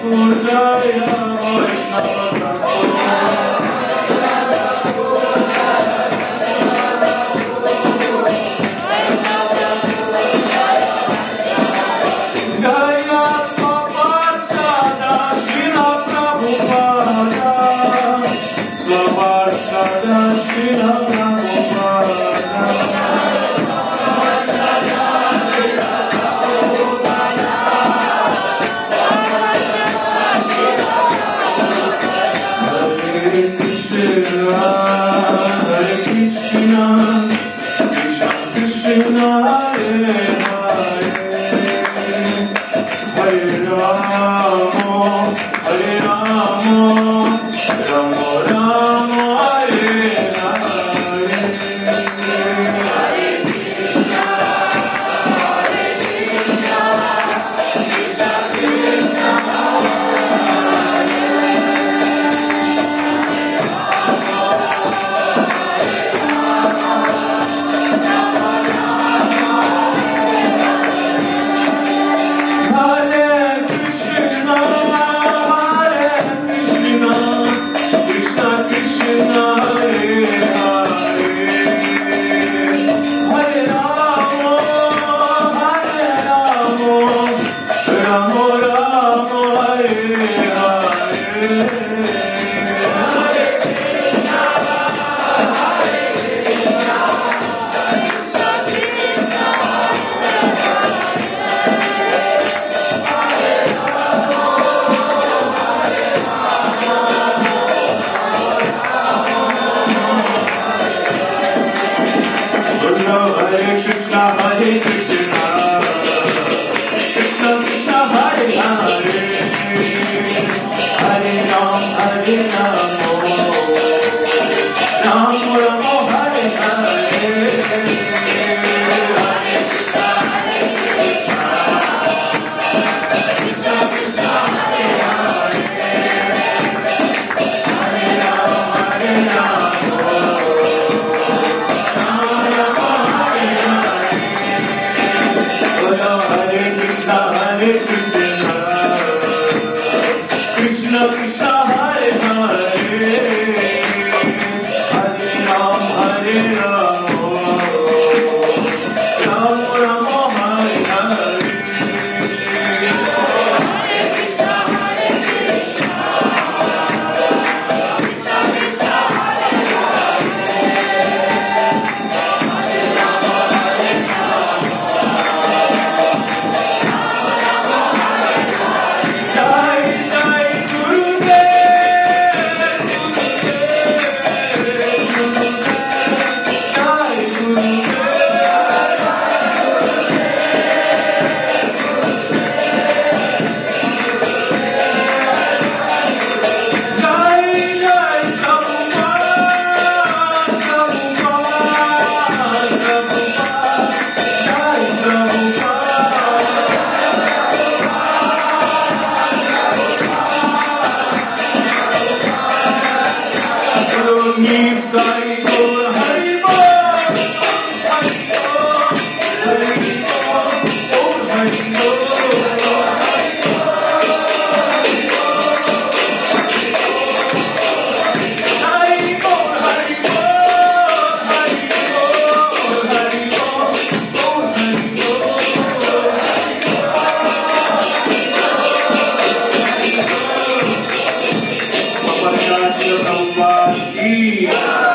Namaskar.